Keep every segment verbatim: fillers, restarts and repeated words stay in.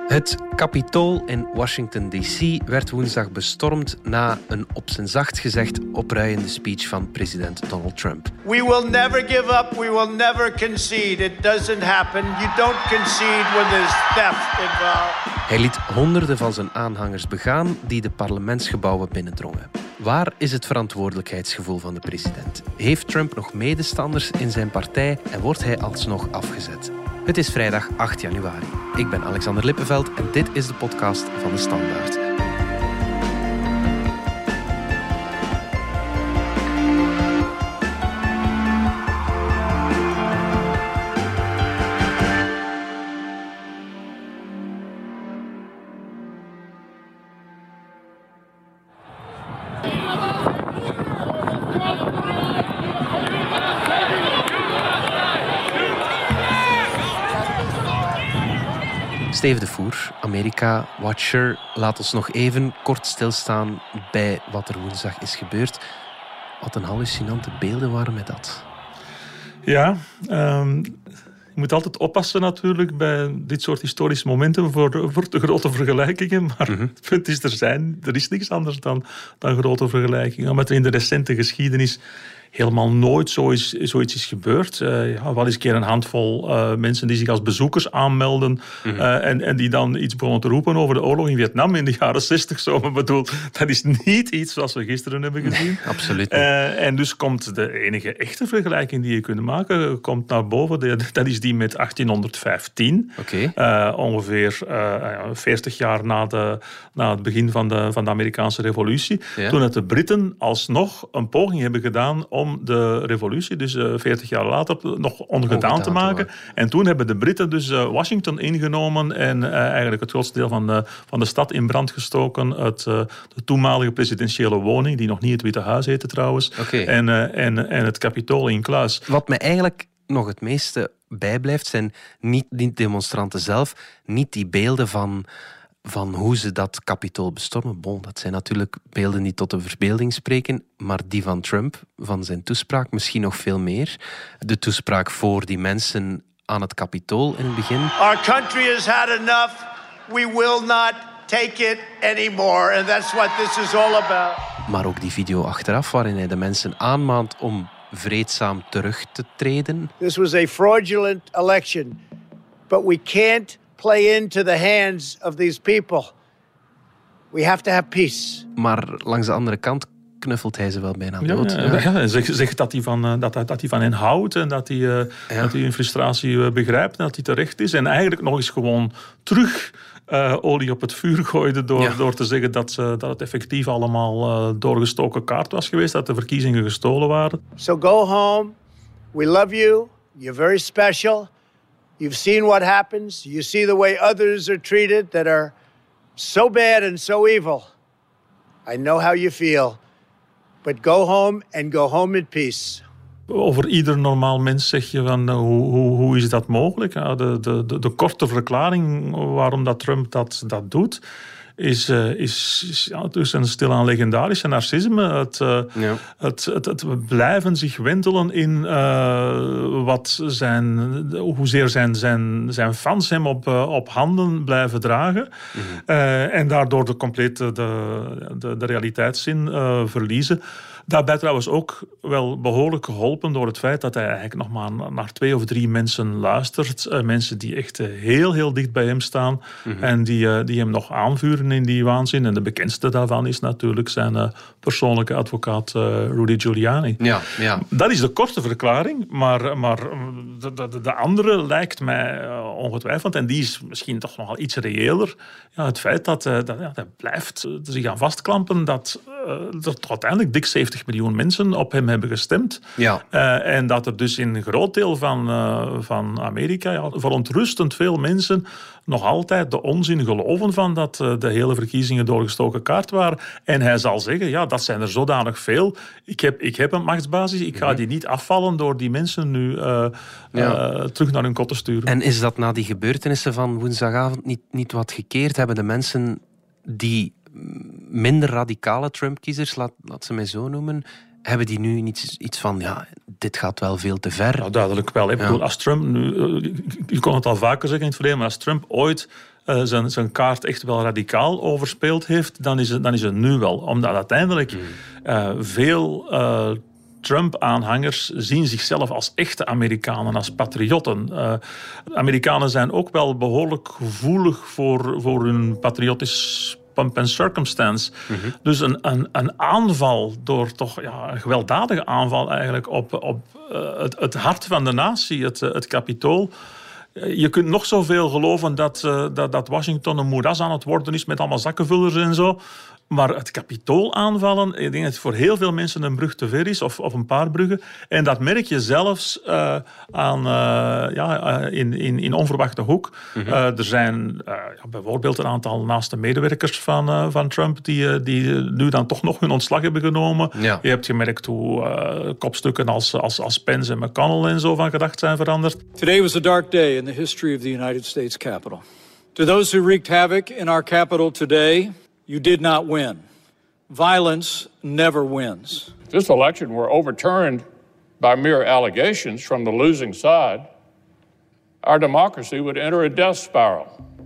Het Capitool in Washington D C werd woensdag bestormd na een op zijn zacht gezegd opruiende speech van president Donald Trump. We will never give up. We will never concede. It doesn't happen. You don't concede when there's theft involved. Hij liet honderden van zijn aanhangers begaan die de parlementsgebouwen binnendrongen. Waar is het verantwoordelijkheidsgevoel van de president? Heeft Trump nog medestanders in zijn partij en wordt hij alsnog afgezet? Het is vrijdag acht januari. Ik ben Alexander Lippenveld en dit is de podcast van De Standaard. Steve de Voer, Amerika-watcher. Laat ons nog even kort stilstaan bij wat er woensdag is gebeurd. Wat een hallucinante beelden waren met dat. Ja, um, je moet altijd oppassen natuurlijk bij dit soort historische momenten voor, voor de grote vergelijkingen. Maar mm-hmm. het punt is, er, zijn, er is niks anders dan, dan grote vergelijkingen. Omdat er in de recente geschiedenis helemaal nooit zoiets, zoiets is gebeurd. Uh, ja, wel eens een keer een handvol uh, mensen die zich als bezoekers aanmelden mm-hmm. uh, en, en die dan iets begonnen te roepen over de oorlog in Vietnam in de jaren zestig. Zo, maar bedoel, dat is niet iets zoals we gisteren hebben gezien. Nee, absoluut niet. Uh, en dus komt de enige echte vergelijking die je kunt maken, komt naar boven. De, dat is die met achttienhonderdvijftien. Okay. Uh, ongeveer uh, veertig jaar na, de, na het begin van de, van de Amerikaanse revolutie. Ja. Toen het de Britten alsnog een poging hebben gedaan om de revolutie, dus uh, veertig jaar later, nog ongedaan te maken. te maken. En toen hebben de Britten dus uh, Washington ingenomen en uh, eigenlijk het grootste deel van de, van de stad in brand gestoken. Het, uh, de toenmalige presidentiële woning, die nog niet het Witte Huis heette trouwens. Okay. En, uh, en, en het Capitool in Kluis. Wat mij eigenlijk nog het meeste bijblijft, zijn niet die demonstranten zelf, niet die beelden van van hoe ze dat Capitool bestormen. Bon, dat zijn natuurlijk beelden die tot de verbeelding spreken, maar die van Trump, van zijn toespraak, misschien nog veel meer. De toespraak voor die mensen aan het Capitool in het begin. Our country has had enough. We will not take it anymore. And that's what this is all about. Maar ook die video achteraf, waarin hij de mensen aanmaant om vreedzaam terug te treden. This was a fraudulent election, but we can't play into the hands of these people. We have to have peace. Maar langs de andere kant knuffelt hij ze wel bijna dood. Ja, ja, ja. ja. Zeg, zeg dat hij van, dat, dat hij van hen houdt en dat hij, uh, ja. dat hij hun frustratie uh, begrijpt en dat hij terecht is. En eigenlijk nog eens gewoon terug uh, olie op het vuur gooide door, ja. door te zeggen dat, uh, dat het effectief allemaal uh, doorgestoken kaart was geweest, dat de verkiezingen gestolen waren. So go home. We love you. You're very special. You've seen what happens. You see the way others are treated that are so bad and so evil. I know how you feel. But go home and go home in peace. Over ieder normaal mens zeg je van uh, hoe, hoe, hoe is dat mogelijk? Ja, de, de, de, de korte verklaring waarom dat Trump dat, dat doet is, uh, is, is ja, dus een stilaan legendarische narcisme. Het, uh, ja. het, het, het blijven zich wentelen in uh, wat zijn, hoezeer zijn, zijn, zijn fans hem op, uh, op handen blijven dragen. Mm-hmm. Uh, en daardoor de complete de, de, de realiteitszin uh, verliezen. Daarbij trouwens ook wel behoorlijk geholpen door het feit dat hij eigenlijk nog maar naar twee of drie mensen luistert. Uh, mensen die echt uh, heel, heel dicht bij hem staan. Mm-hmm. En die, uh, die hem nog aanvuren in die waanzin. En de bekendste daarvan is natuurlijk zijn uh, persoonlijke advocaat uh, Rudy Giuliani. Ja, ja. Dat is de korte verklaring. Maar, maar de, de, de andere lijkt mij uh, ongetwijfeld, en die is misschien toch nogal iets reëler. Ja, het feit dat, uh, dat ja, hij blijft uh, zich aan vastklampen dat uh, er toch uiteindelijk dik zeventig miljoen mensen op hem hebben gestemd. Ja. Uh, en dat er dus in een groot deel van, uh, van Amerika ja, verontrustend veel mensen nog altijd de onzin geloven van dat uh, de hele verkiezingen doorgestoken kaart waren. En hij zal zeggen, ja, dat zijn er zodanig veel. Ik heb, ik heb een machtsbasis, ik ga mm-hmm. die niet afvallen door die mensen nu uh, ja. uh, terug naar hun kot te sturen. En is dat na die gebeurtenissen van woensdagavond niet, niet wat gekeerd? Hebben de mensen die minder radicale Trump-kiezers, laat, laat ze mij zo noemen, hebben die nu niet iets van, ja, dit gaat wel veel te ver? Nou, duidelijk wel. Ik ja. bedoel, als Trump nu, je kon het al vaker zeggen in het verleden, maar als Trump ooit uh, zijn, zijn kaart echt wel radicaal overspeeld heeft, dan is het, dan is het nu wel. Omdat uiteindelijk uh, veel uh, Trump-aanhangers zien zichzelf als echte Amerikanen, als patriotten. Uh, Amerikanen zijn ook wel behoorlijk gevoelig voor, voor hun patriotisch pomp and circumstance. Mm-hmm. Dus een, een, een aanval door toch ja, een gewelddadige aanval eigenlijk op, op uh, het, het hart van de natie, het, het Capitool. Je kunt nog zoveel geloven dat, uh, dat, dat Washington een moeras aan het worden is met allemaal zakkenvullers en zo. Maar het Capitool aanvallen, ik denk dat het voor heel veel mensen een brug te ver is, of, of een paar bruggen. En dat merk je zelfs uh, aan, uh, ja, uh, in, in, in onverwachte hoek. Mm-hmm. Uh, er zijn uh, ja, bijvoorbeeld een aantal naaste medewerkers van, uh, van Trump die, uh, die nu dan toch nog hun ontslag hebben genomen. Ja. Je hebt gemerkt hoe uh, kopstukken als, als, als Pence en McConnell en zo van gedacht zijn veranderd. Today was a dark day in the history of the United States Capitol. To those who wreaked havoc in our Capitol today, you did not win. Violence never wins. If this election were overturned by mere allegations from the losing side, our democracy would enter a death spiral.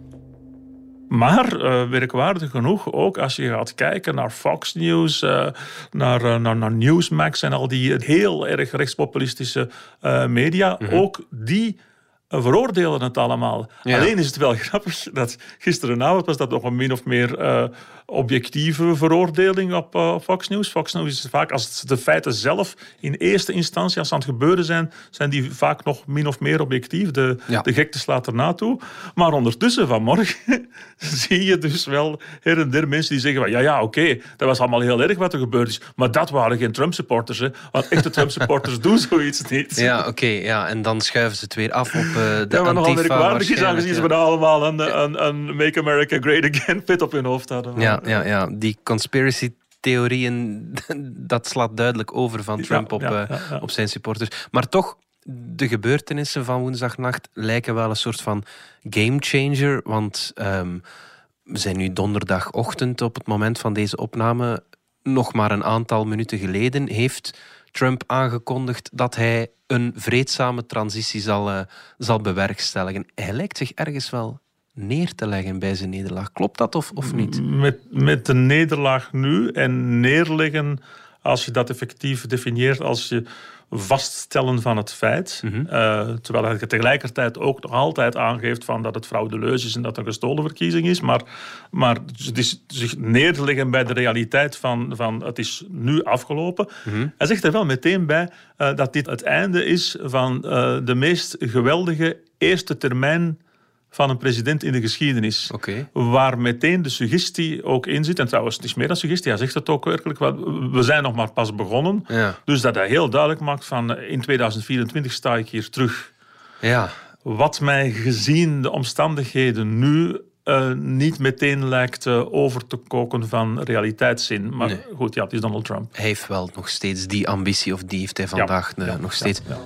Maar uh, werkwaardig genoeg, ook als je gaat kijken naar Fox News, uh, naar, uh, naar, naar Newsmax en al die heel erg rechtspopulistische uh, media, mm-hmm. ook die veroordelen het allemaal. Ja. Alleen is het wel grappig dat gisterenavond was dat nog een min of meer uh, objectieve veroordeling op uh, Fox News. Fox News is vaak, als de feiten zelf in eerste instantie, als ze aan het gebeuren zijn, zijn die vaak nog min of meer objectief. De, ja. de gekte slaat erna toe. Maar ondertussen vanmorgen zie je dus wel her en der mensen die zeggen van ja, ja, oké, okay, dat was allemaal heel erg wat er gebeurd is, maar dat waren geen Trump-supporters, hè, want echte Trump-supporters doen zoiets niet. Ja, oké, okay, ja, en dan schuiven ze het weer af op uh, de ja, maar nogal merkwaardig is, aangezien ja. ze allemaal een, een, een Make America Great Again pit op hun hoofd hadden. Ja, ja, ja. Die conspiracy-theorieën, dat slaat duidelijk over van Trump ja, op, ja, ja, ja. Uh, op zijn supporters. Maar toch, de gebeurtenissen van woensdagnacht lijken wel een soort van gamechanger, want um, we zijn nu donderdagochtend op het moment van deze opname. Nog maar een aantal minuten geleden heeft Trump aangekondigd dat hij een vreedzame transitie zal, uh, zal bewerkstelligen. Hij lijkt zich ergens wel neer te leggen bij zijn nederlaag. Klopt dat of, of niet? Met, met de nederlaag nu en neerleggen, als je dat effectief definieert als je vaststellen van het feit, mm-hmm. uh, terwijl hij tegelijkertijd ook nog altijd aangeeft van dat het fraudeleus is en dat het een gestolen verkiezing is, maar, maar het is zich neerleggen bij de realiteit van, van het is nu afgelopen. Mm-hmm. Hij zegt er wel meteen bij uh, dat dit het einde is van uh, de meest geweldige eerste termijn van een president in de geschiedenis. Okay. Waar meteen de suggestie ook in zit. En trouwens, het is meer dan suggestie. Hij zegt het ook werkelijk. We zijn nog maar pas begonnen. Ja. Dus dat hij heel duidelijk maakt van in tweeduizend vierentwintig sta ik hier terug. Ja. Wat mij gezien de omstandigheden nu uh, niet meteen lijkt uh, over te koken van realiteitszin. Maar nee. goed, ja, het is Donald Trump. Hij heeft wel nog steeds die ambitie, of die heeft hij vandaag ja. Ja. nog steeds. Ja. Ja.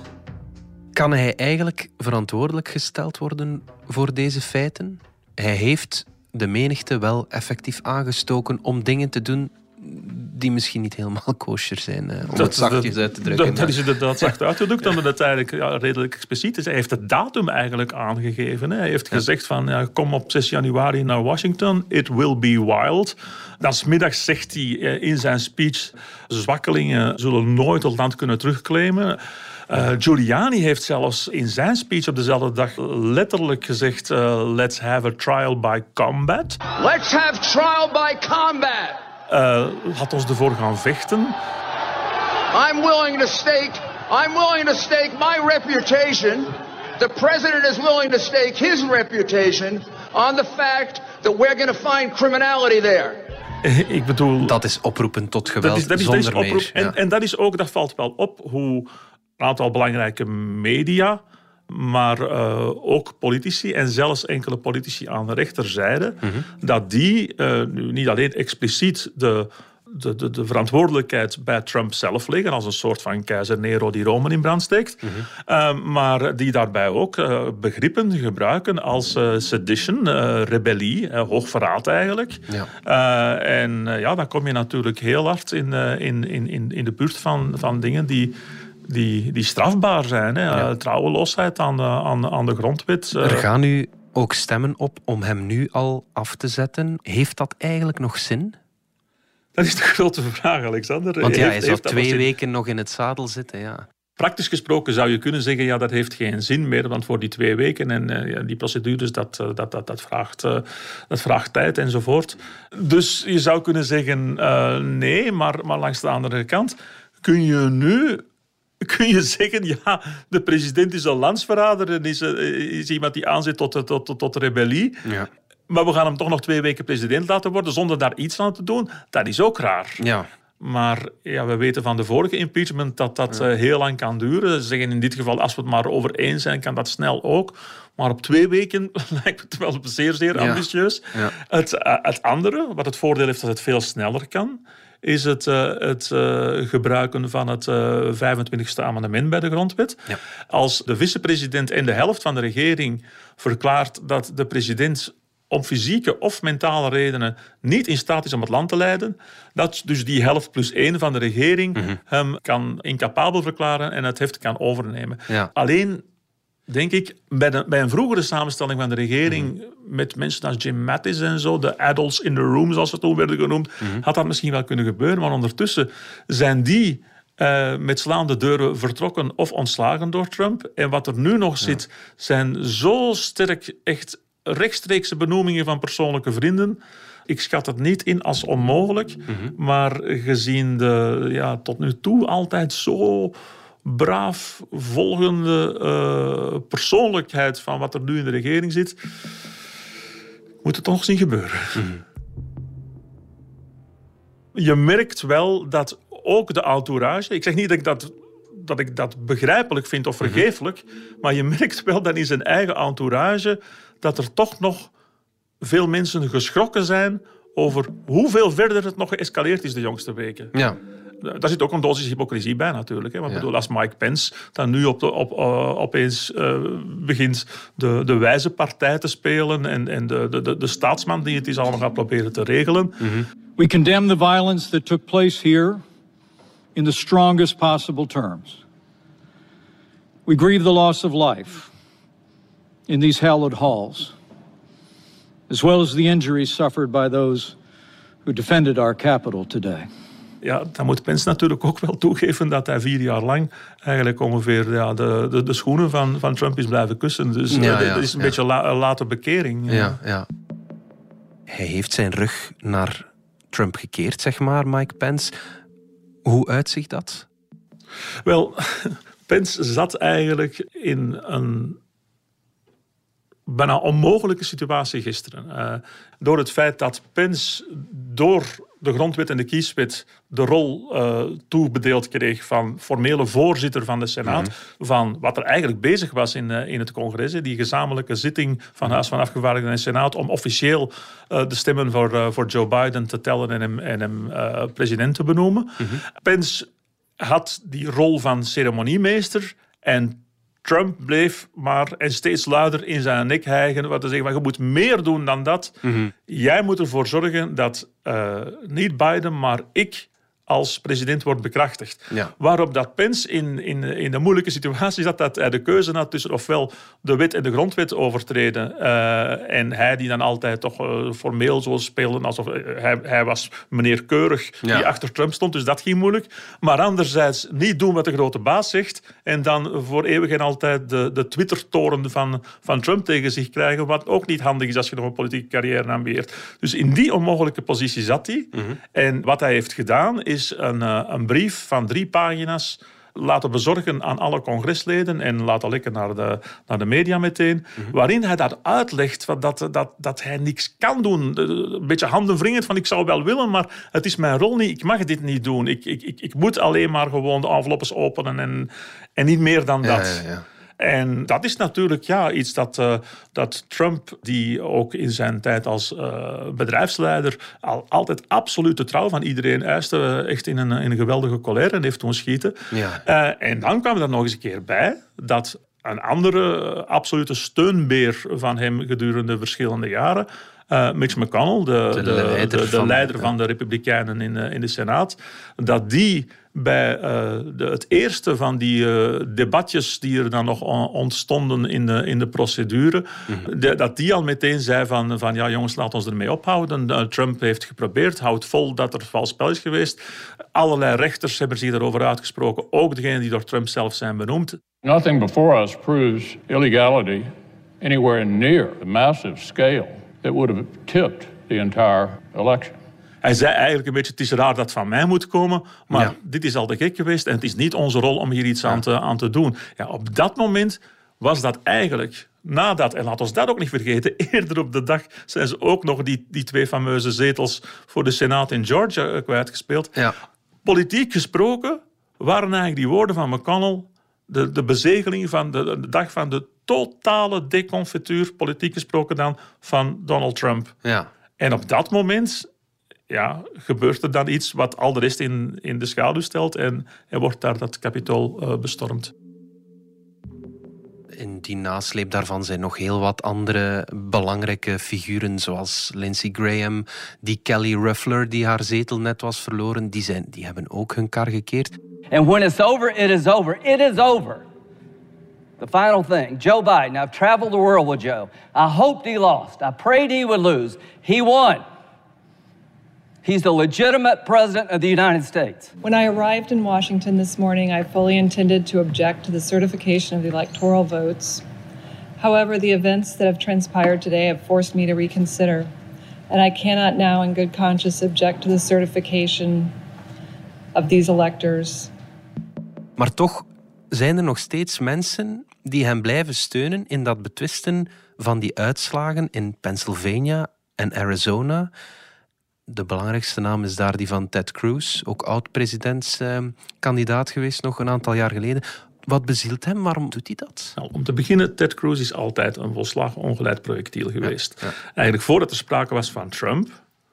Kan hij eigenlijk verantwoordelijk gesteld worden voor deze feiten? Hij heeft de menigte wel effectief aangestoken om dingen te doen die misschien niet helemaal kosher zijn, om dat, het zachtjes dat, uit te drukken. Dat, dat is inderdaad zacht uitgedrukt, omdat het eigenlijk ja, redelijk expliciet is. Hij heeft het datum eigenlijk aangegeven. Hè. Hij heeft ja. gezegd van, ja, kom op zes januari naar Washington, it will be wild. Dan 's middags zegt hij in zijn speech, zwakkelingen zullen nooit het land kunnen terugclaimen. Uh, Giuliani heeft zelfs in zijn speech op dezelfde dag letterlijk gezegd, uh, let's have a trial by combat. Let's have trial by combat. Uh, laat ons ervoor gaan vechten. I'm willing to stake, I'm willing to stake my reputation. The president is willing to stake his reputation on the fact that we're going to find criminality there. Ik bedoel, dat is oproepen tot geweld dat is, dat is, zonder dat is oproep, meer. Ja. En, en dat is ook, dat valt wel op, hoe een aantal belangrijke media, maar uh, ook politici en zelfs enkele politici aan de rechterzijde, mm-hmm. dat die uh, nu niet alleen expliciet de, de, de, de verantwoordelijkheid bij Trump zelf leggen, als een soort van keizer Nero die Rome in brand steekt, mm-hmm. uh, maar die daarbij ook uh, begrippen gebruiken als uh, sedition, uh, rebellie, uh, hoogverraad eigenlijk. Ja. Uh, en uh, ja, dan kom je natuurlijk heel hard in, uh, in, in, in de buurt van, van dingen die Die, die strafbaar zijn. Hè. Ja. Trouweloosheid aan de, aan, aan de grondwet. Er gaan nu ook stemmen op om hem nu al af te zetten. Heeft dat eigenlijk nog zin? Dat is de grote vraag, Alexander. Want ja, hij heeft, zou heeft twee weken nog in het zadel zitten, ja. Praktisch gesproken zou je kunnen zeggen, ja, dat heeft geen zin meer, want voor die twee weken en uh, die procedures, dat, uh, dat, dat, dat, vraagt, uh, dat vraagt tijd enzovoort. Dus je zou kunnen zeggen, uh, nee, maar, maar langs de andere kant kun je nu... Kun je zeggen, ja, de president is een landsverrader en is, uh, is iemand die aanzet tot, tot, tot, tot rebellie. Ja. Maar we gaan hem toch nog twee weken president laten worden zonder daar iets aan te doen. Dat is ook raar. Ja. Maar ja, we weten van de vorige impeachment dat dat ja. uh, heel lang kan duren. Ze zeggen in dit geval, als we het maar over eens zijn, kan dat snel ook. Maar op twee weken lijkt het wel zeer, zeer ambitieus. Ja. Ja. Het, uh, het andere, wat het voordeel heeft dat het veel sneller kan, is het, uh, het uh, gebruiken van het uh, vijfentwintigste amendement bij de grondwet. Ja. Als de vicepresident en de helft van de regering verklaart dat de president om fysieke of mentale redenen niet in staat is om het land te leiden, dat dus die helft plus één van de regering mm-hmm. hem kan incapabel verklaren en het heft kan overnemen. Ja. Alleen, denk ik, bij, de, bij een vroegere samenstelling van de regering mm-hmm. met mensen als Jim Mattis en zo, de adults in the room, zoals ze toen werden genoemd, mm-hmm. had dat misschien wel kunnen gebeuren, maar ondertussen zijn die Uh, met slaande deuren vertrokken of ontslagen door Trump. En wat er nu nog ja. zit, zijn zo sterk echt rechtstreekse benoemingen van persoonlijke vrienden. Ik schat het niet in als onmogelijk, mm-hmm. maar gezien de ja, tot nu toe altijd zo braaf volgende uh, persoonlijkheid van wat er nu in de regering zit, moet het toch nog zien gebeuren. Mm-hmm. Je merkt wel dat ook de entourage, ik zeg niet dat ik dat, dat, ik dat begrijpelijk vind of vergeeflijk, mm-hmm. maar je merkt wel dat in zijn eigen entourage dat er toch nog veel mensen geschrokken zijn over hoeveel verder het nog geëscaleerd is de jongste weken. Ja. Daar zit ook een dosis hypocrisie bij natuurlijk. Hè. Want ja. bedoel, als Mike Pence dan nu op de, op, uh, opeens uh, begint de, de wijze partij te spelen en, en de, de, de staatsman die het is allemaal gaat proberen te regelen. Mm-hmm. We condemn the violence that took place here in the strongest possible terms. We grieve the loss of life in these hallowed halls, as well as the injuries suffered by those who defended our capital today. Ja, dan moet Pence natuurlijk ook wel toegeven dat hij vier jaar lang eigenlijk ongeveer ja, de, de, de schoenen van, van Trump is blijven kussen. Dus ja, dat ja, is een ja. beetje la, een late bekering. Ja, ja. Hij heeft zijn rug naar Trump gekeerd, zeg maar, Mike Pence. Hoe uitziet dat? Wel, Pence zat eigenlijk in een bijna onmogelijke situatie gisteren. Uh, door het feit dat Pence door de grondwet en de kieswet de rol uh, toebedeeld kreeg van formele voorzitter van de Senaat, mm-hmm. van wat er eigenlijk bezig was in, uh, in het congres, die gezamenlijke zitting van Huis van Afgevaardigden en Senaat om officieel uh, de stemmen voor, uh, voor Joe Biden te tellen en hem, en hem uh, president te benoemen. Mm-hmm. Pence had die rol van ceremoniemeester en Trump bleef maar en steeds luider in zijn nek hijgen, wat te zeggen van je moet meer doen dan dat. Mm-hmm. Jij moet ervoor zorgen dat uh, niet Biden, maar ik als president wordt bekrachtigd. Ja. Waarop dat Pence in, in, in de moeilijke situatie zat dat hij de keuze had tussen ofwel de wet en de grondwet overtreden uh, en hij die dan altijd toch uh, formeel zo speelde alsof uh, hij, hij was meneer Keurig ja. die achter Trump stond, dus dat ging moeilijk. Maar anderzijds niet doen wat de grote baas zegt en dan voor eeuwig en altijd de, de Twitter-toren van, van Trump tegen zich krijgen, wat ook niet handig is als je nog een politieke carrière ambieert. Dus in die onmogelijke positie zat hij. Mm-hmm. En wat hij heeft gedaan is Een, uh, een brief van drie pagina's laten bezorgen aan alle congresleden en laten lekken naar de, naar de media meteen, mm-hmm. waarin hij dat uitlegt dat, dat, dat hij niks kan doen. Een beetje handenwringend van ik zou wel willen, maar het is mijn rol niet. Ik mag dit niet doen. Ik, ik, ik, ik moet alleen maar gewoon de enveloppes openen en, en niet meer dan ja, dat. Ja, ja. En dat is natuurlijk ja, iets dat, uh, dat Trump, die ook in zijn tijd als uh, bedrijfsleider al altijd absolute trouw van iedereen eiste, uh, echt in een, in een geweldige colère en heeft toen schieten. Ja. Uh, en dan kwam er nog eens een keer bij dat een andere uh, absolute steunbeer van hem gedurende verschillende jaren, Uh, Mitch McConnell, de, de, de leider, de, de, de leider van, van de Republikeinen in, uh, in de Senaat, dat die bij uh, de, het eerste van die uh, debatjes die er dan nog ontstonden in de, in de procedure, mm-hmm. de, dat die al meteen zei van, van ja jongens, laat ons ermee ophouden. Uh, Trump heeft geprobeerd, houdt vol dat er vals spel is geweest. Allerlei rechters hebben zich daarover uitgesproken, ook degenen die door Trump zelf zijn benoemd. Nothing before us proves illegality anywhere near the massive scale that would have tipped the entire election. Hij zei eigenlijk een beetje, het is raar dat het van mij moet komen, maar ja. dit is al te gek geweest en het is niet onze rol om hier iets ja. aan, te, aan te doen. Ja, op dat moment was dat eigenlijk, nadat, en laat ons dat ook niet vergeten, eerder op de dag zijn ze ook nog die, die twee fameuze zetels voor de Senaat in Georgia kwijtgespeeld. Ja. Politiek gesproken waren eigenlijk die woorden van McConnell de, de bezegeling van de, de dag van de totale deconfituur, politiek gesproken dan, van Donald Trump. Ja. En op dat moment ja, gebeurt er dan iets wat al de rest in, in de schaduw stelt en, en wordt daar dat Capitool uh, bestormd. In die nasleep daarvan zijn nog heel wat andere belangrijke figuren, zoals Lindsey Graham, die Kelly Ruffler, die haar zetel net was verloren, die, zijn, die hebben ook hun kar gekeerd. And when it's over, it is over. It is over. The final thing, Joe Biden. I've traveled the world with Joe. I hoped he lost. I prayed he would lose. He won. He's the legitimate president of the United States. When I arrived in Washington this morning, I fully intended to object to the certification of the electoral votes. However, the events that have transpired today have forced me to reconsider, and I cannot now in good conscience object to the certification of these electors. Maar toch zijn er nog steeds mensen die hem blijven steunen in dat betwisten van die uitslagen in Pennsylvania en Arizona. De belangrijkste naam is daar die van Ted Cruz, ook oud-presidentskandidaat geweest nog een aantal jaar geleden. Wat bezielt hem? Waarom doet hij dat? Nou, om te beginnen, Ted Cruz is altijd een volslagen ongeleid projectiel geweest. Ja, ja. Eigenlijk voordat er sprake was van Trump,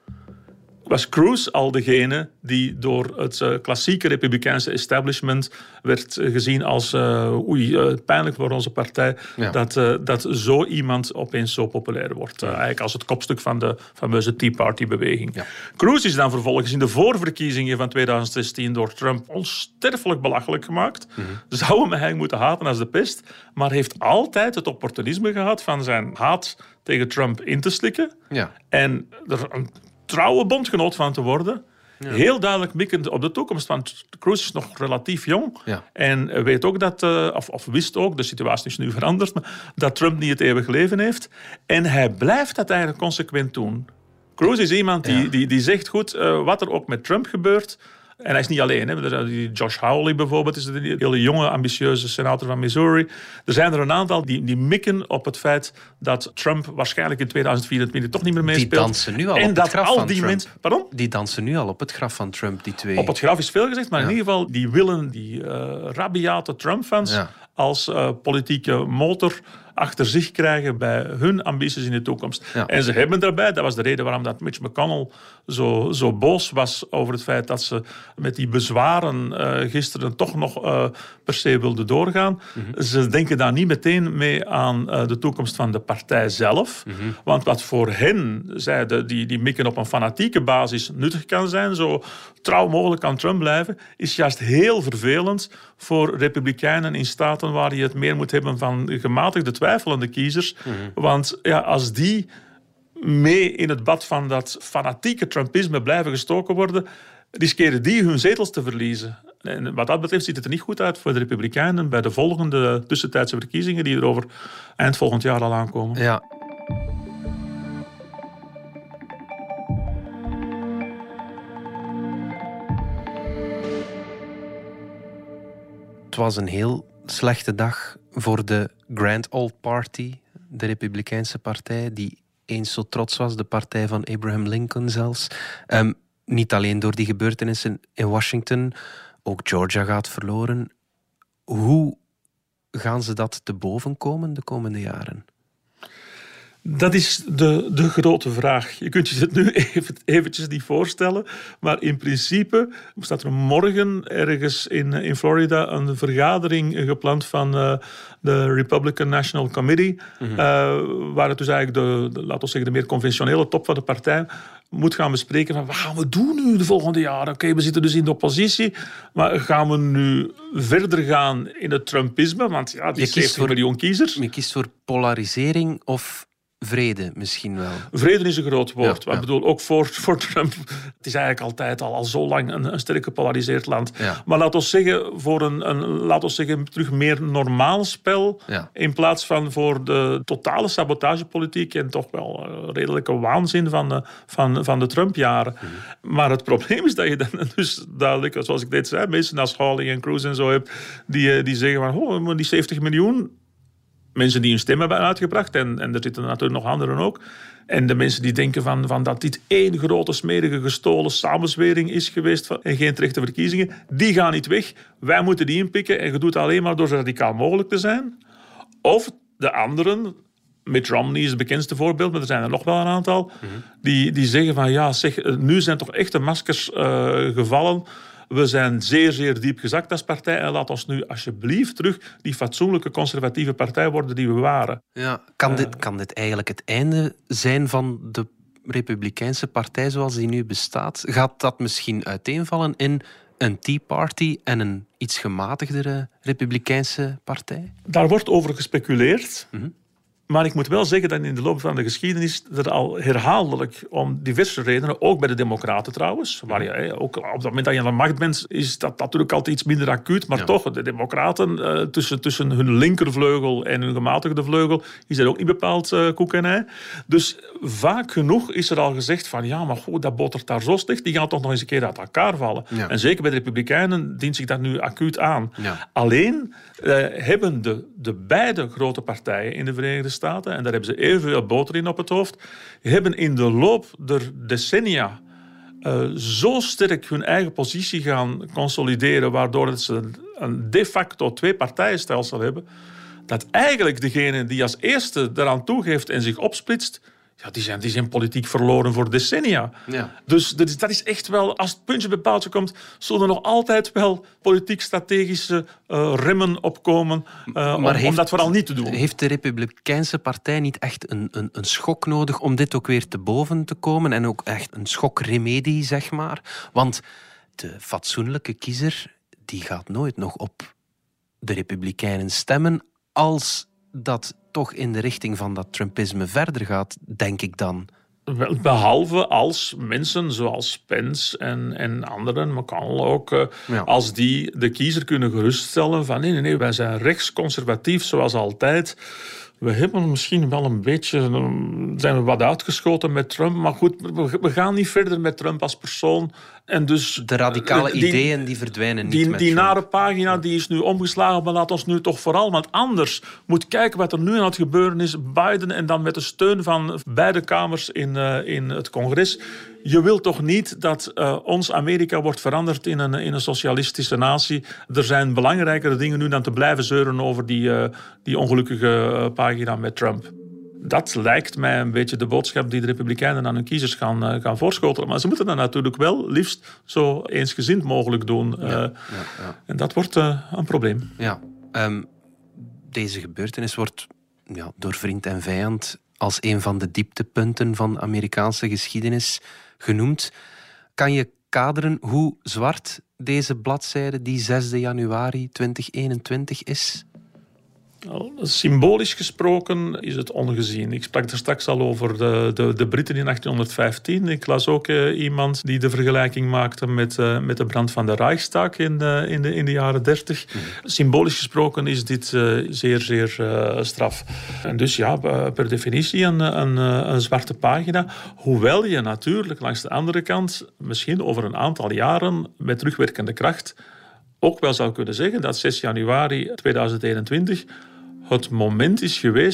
was Cruz al degene die door het uh, klassieke republikeinse establishment werd uh, gezien als uh, oei, uh, pijnlijk voor onze partij ja. dat, uh, dat zo iemand opeens zo populair wordt. Uh, eigenlijk als het kopstuk van de fameuze Tea Party-beweging. Ja. Cruz is dan vervolgens in de voorverkiezingen van tweeduizend zestien door Trump onsterfelijk belachelijk gemaakt. Mm-hmm. Zou hem eigenlijk moeten haten als de pest, maar heeft altijd het opportunisme gehad van zijn haat tegen Trump in te slikken. Ja. En er een trouwe bondgenoot van te worden. Ja. Heel duidelijk mikkend op de toekomst. Want Cruz is nog relatief jong. Ja. En weet ook dat, uh, of, of wist ook, de situatie is nu veranderd, maar dat Trump niet het eeuwig leven heeft. En hij blijft dat eigenlijk consequent doen. Cruz is iemand die, ja. die, die zegt, goed, uh, wat er ook met Trump gebeurt. En hij is niet alleen. Hè. Josh Hawley bijvoorbeeld is een hele jonge, ambitieuze senator van Missouri. Er zijn er een aantal die, die mikken op het feit dat Trump waarschijnlijk in tweeduizend vierentwintig toch niet meer meespeelt. Die dansen nu al en op dat het graf al van die Trump. mensen, pardon? Die dansen nu al op het graf van Trump, die twee. Op het graf is veel gezegd, maar ja. in ieder geval die willen die uh, rabiate Trump-fans ja. als uh, politieke motor achter zich krijgen bij hun ambities in de toekomst. Ja. En ze hebben daarbij, dat was de reden waarom dat Mitch McConnell zo, zo boos was over het feit dat ze met die bezwaren uh, gisteren toch nog uh, per se wilden doorgaan. Mm-hmm. Ze denken daar niet meteen mee aan uh, de toekomst van de partij zelf. Mm-hmm. Want wat voor hen, zeiden die, die mikken op een fanatieke basis nuttig kan zijn, zo trouw mogelijk aan Trump blijven, is juist heel vervelend voor republikeinen in staten waar je het meer moet hebben van gematigde twijfelende kiezers. Mm-hmm. Want ja, als die mee in het bad van dat fanatieke Trumpisme blijven gestoken worden, riskeren die hun zetels te verliezen. En wat dat betreft ziet het er niet goed uit voor de republikeinen bij de volgende tussentijdse verkiezingen die er over eind volgend jaar al aankomen. Ja. Het was een heel slechte dag voor de Grand Old Party, de Republikeinse partij, die eens zo trots was, de partij van Abraham Lincoln zelfs. Um, niet alleen door die gebeurtenissen in Washington, ook Georgia gaat verloren. Hoe gaan ze dat te boven komen de komende jaren? Dat is de, de grote vraag. Je kunt je het nu even, eventjes niet voorstellen. Maar in principe staat er morgen ergens in, in Florida een vergadering gepland van uh, de Republican National Committee. Mm-hmm. Uh, waar het dus eigenlijk de, de, laten we zeggen, de meer conventionele top van de partij moet gaan bespreken van wat gaan we doen nu de volgende jaren? Oké, okay, we zitten dus in de oppositie, maar gaan we nu verder gaan in het Trumpisme? Want ja, die zeventig miljoen kiezers. Je kiest voor polarisering of vrede misschien wel? Vrede is een groot woord. Ja, ja. Ik bedoel, ook voor, voor Trump. Het is eigenlijk altijd al, al zo lang een, een sterk gepolariseerd land. Ja. Maar laten we zeggen, voor een, een laten we zeggen, terug meer normaal spel, ja. in plaats van voor de totale sabotagepolitiek en toch wel uh, redelijke waanzin van de, van, van de Trump-jaren. Mm-hmm. Maar het probleem is dat je dan dus duidelijk, zoals ik net zei, mensen als Hawley en Cruz en zo hebt, die, die zeggen van, oh, die zeventig miljoen... Mensen die hun stem hebben uitgebracht, en, en er zitten natuurlijk nog anderen ook. En de mensen die denken van, van dat dit één grote smerige gestolen samenzwering is geweest van, en geen terechte verkiezingen, die gaan niet weg. Wij moeten die inpikken en je doet het alleen maar door zo radicaal mogelijk te zijn. Of de anderen, Mitt Romney is het bekendste voorbeeld, maar er zijn er nog wel een aantal, mm-hmm. die, die zeggen van ja, zeg, nu zijn toch echt de maskers uh, gevallen. We zijn zeer, zeer diep gezakt als partij en laat ons nu alsjeblieft terug die fatsoenlijke conservatieve partij worden die we waren. Ja, kan, uh, dit, kan dit eigenlijk het einde zijn van de Republikeinse partij zoals die nu bestaat? Gaat dat misschien uiteenvallen in een Tea Party en een iets gematigdere Republikeinse partij? Daar wordt over gespeculeerd. Mm-hmm. Maar ik moet wel zeggen dat in de loop van de geschiedenis er al herhaaldelijk om diverse redenen, ook bij de Democraten trouwens, waar je ook op dat moment dat je aan de macht bent, is dat natuurlijk altijd iets minder acuut, maar ja. toch, de Democraten uh, tussen, tussen hun linkervleugel en hun gematigde vleugel is er ook niet bepaald uh, koek en ei. Dus vaak genoeg is er al gezegd van ja, maar goed, dat botert daar zo slecht, die gaan toch nog eens een keer uit elkaar vallen. Ja. En zeker bij de Republikeinen dient zich dat nu acuut aan. Ja. Alleen uh, hebben de, de beide grote partijen in de Verenigde Staten, en daar hebben ze evenveel boter in op het hoofd, hebben in de loop der decennia uh, zo sterk hun eigen positie gaan consolideren, waardoor ze een de facto twee-partijenstelsel hebben, dat eigenlijk degene die als eerste daaraan toegeeft en zich opsplitst, ja, die zijn, die zijn politiek verloren voor decennia. Ja. Dus dat is, dat is echt wel, als het puntje bij paaltje komt, zullen er nog altijd wel politiek-strategische uh, remmen opkomen uh, maar om, heeft, om dat vooral niet te doen. Heeft de Republikeinse partij niet echt een, een, een schok nodig om dit ook weer te boven te komen? En ook echt een schokremedie, zeg maar? Want de fatsoenlijke kiezer, die gaat nooit nog op de Republikeinen stemmen als dat toch in de richting van dat Trumpisme verder gaat, denk ik dan. Behalve als mensen zoals Pence en, en anderen, McConnell ook, uh, ja. als die de kiezer kunnen geruststellen van nee, nee, nee, wij zijn rechtsconservatief zoals altijd. We hebben misschien wel een beetje, zijn we wat uitgeschoten met Trump, maar goed, we gaan niet verder met Trump als persoon. En dus de radicale die, ideeën die verdwijnen niet die, met Die Trump. nare pagina die is nu omgeslagen, maar laat ons nu toch vooral, want anders moet kijken wat er nu aan het gebeuren is. Biden en dan met de steun van beide kamers in, uh, in het congres. Je wilt toch niet dat uh, ons Amerika wordt veranderd in een, in een socialistische natie. Er zijn belangrijkere dingen nu dan te blijven zeuren over die, uh, die ongelukkige uh, pagina met Trump. Dat lijkt mij een beetje de boodschap die de Republikeinen aan hun kiezers gaan, uh, gaan voorschotelen. Maar ze moeten dat natuurlijk wel liefst zo eensgezind mogelijk doen. Uh, ja, ja, ja. En dat wordt uh, een probleem. Ja, um, deze gebeurtenis wordt ja, door vriend en vijand als een van de dieptepunten van Amerikaanse geschiedenis genoemd. Kan je kaderen hoe zwart deze bladzijde, die zesde januari tweeduizend eenentwintig, is? Symbolisch gesproken is het ongezien. Ik sprak er straks al over de, de, de Britten in achttienhonderdvijftien. Ik las ook uh, iemand die de vergelijking maakte met, uh, met de brand van de Reichstag in de, in de, in de jaren dertig. Mm. Symbolisch gesproken is dit uh, zeer, zeer uh, straf. En dus ja, per definitie een, een, een zwarte pagina. Hoewel je natuurlijk langs de andere kant misschien over een aantal jaren met terugwerkende kracht ook wel zou kunnen zeggen dat zes januari tweeduizend eenentwintig het moment is geweest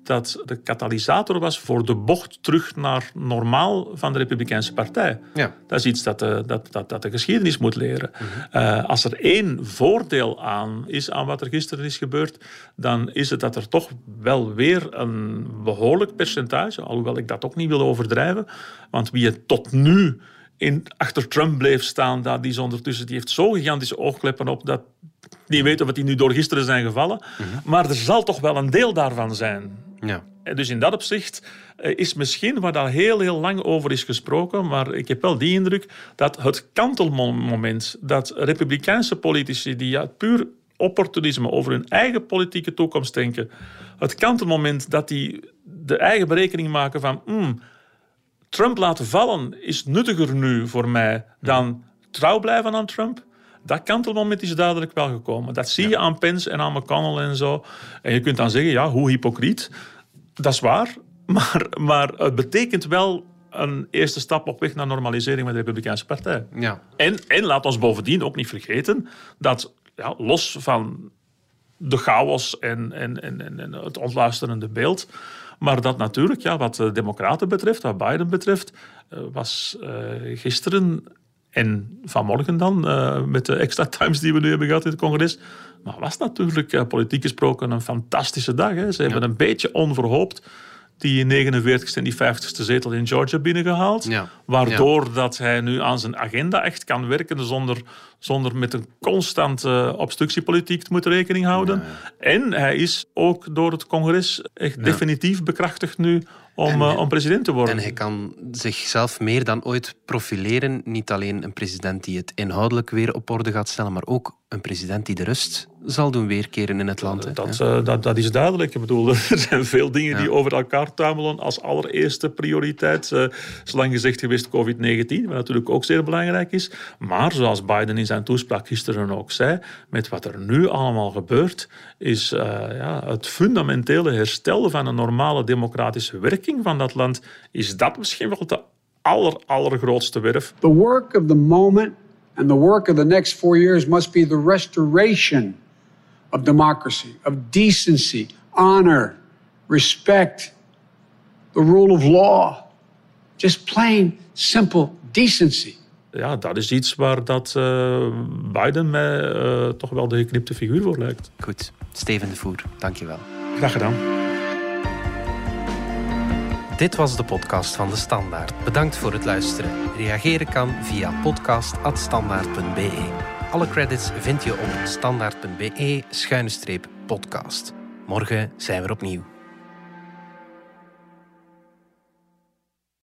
dat de katalysator was voor de bocht terug naar normaal van de Republikeinse Partij. Ja. Dat is iets dat de, dat, dat, dat de geschiedenis moet leren. Mm-hmm. Uh, als er één voordeel aan is aan wat er gisteren is gebeurd, dan is het dat er toch wel weer een behoorlijk percentage, alhoewel ik dat ook niet wil overdrijven, want wie het tot nu in, achter Trump bleef staan, dat die is ondertussen, die heeft zo gigantische oogkleppen op dat die weet of het die nu door gisteren zijn gevallen. Mm-hmm. Maar er zal toch wel een deel daarvan zijn. Ja. Dus in dat opzicht is misschien waar daar heel, heel lang over is gesproken, maar ik heb wel die indruk dat het kantelmoment dat republikeinse politici die ja, puur opportunisme over hun eigen politieke toekomst denken, het kantelmoment dat die de eigen berekening maken van mm, Trump laten vallen is nuttiger nu voor mij dan trouw blijven aan Trump. Dat kantelmoment is duidelijk wel gekomen. Dat zie je ja. aan Pence en aan McConnell en zo. En je kunt dan zeggen, ja, hoe hypocriet. Dat is waar. Maar, maar het betekent wel een eerste stap op weg naar normalisering met de Republikeinse Partij. Ja. En, en laat ons bovendien ook niet vergeten dat, ja, los van de chaos en, en, en, en het ontluisterende beeld, maar dat natuurlijk, ja, wat de Democraten betreft, wat Biden betreft, was uh, gisteren en vanmorgen dan, uh, met de extra times die we nu hebben gehad in het congres, maar was natuurlijk uh, politiek gesproken een fantastische dag. Hè. Ze hebben ja. een beetje onverhoopt die negenenveertigste en die vijftigste zetel in Georgia binnengehaald. Ja. Waardoor ja. dat hij nu aan zijn agenda echt kan werken zonder, zonder met een constante obstructiepolitiek te moeten rekening houden. Ja, ja. En hij is ook door het congres echt ja. definitief bekrachtigd nu om, en, uh, om president te worden. En hij kan zichzelf meer dan ooit profileren. Niet alleen een president die het inhoudelijk weer op orde gaat stellen, maar ook een president die de rust zal doen weerkeren in het land. Hè? Dat, uh, dat, dat is duidelijk. Ik bedoel, er zijn veel dingen ja. die over elkaar tuimelen als allereerste prioriteit. Uh, is lang gezegd geweest covid negentien, wat natuurlijk ook zeer belangrijk is. Maar zoals Biden in zijn toespraak gisteren ook zei, met wat er nu allemaal gebeurt, is uh, ja, het fundamentele herstel van een normale democratische werking van dat land, is dat misschien wel de aller, allergrootste werf. The work of the moment and the work of the next four years must be the restoration of democracy, of decency, honor, respect, the rule of law. Just plain, simple decency. Ja, dat is iets waar dat uh, Biden mij uh, toch wel de geknipte figuur voor lijkt. Goed. Steven de Voer, dank je wel. Graag gedaan. Dit was de podcast van De Standaard. Bedankt voor het luisteren. Reageren kan via podcast at standaard punt b e. Alle credits vind je op standaard punt b e schuine streep podcast. Morgen zijn we er opnieuw.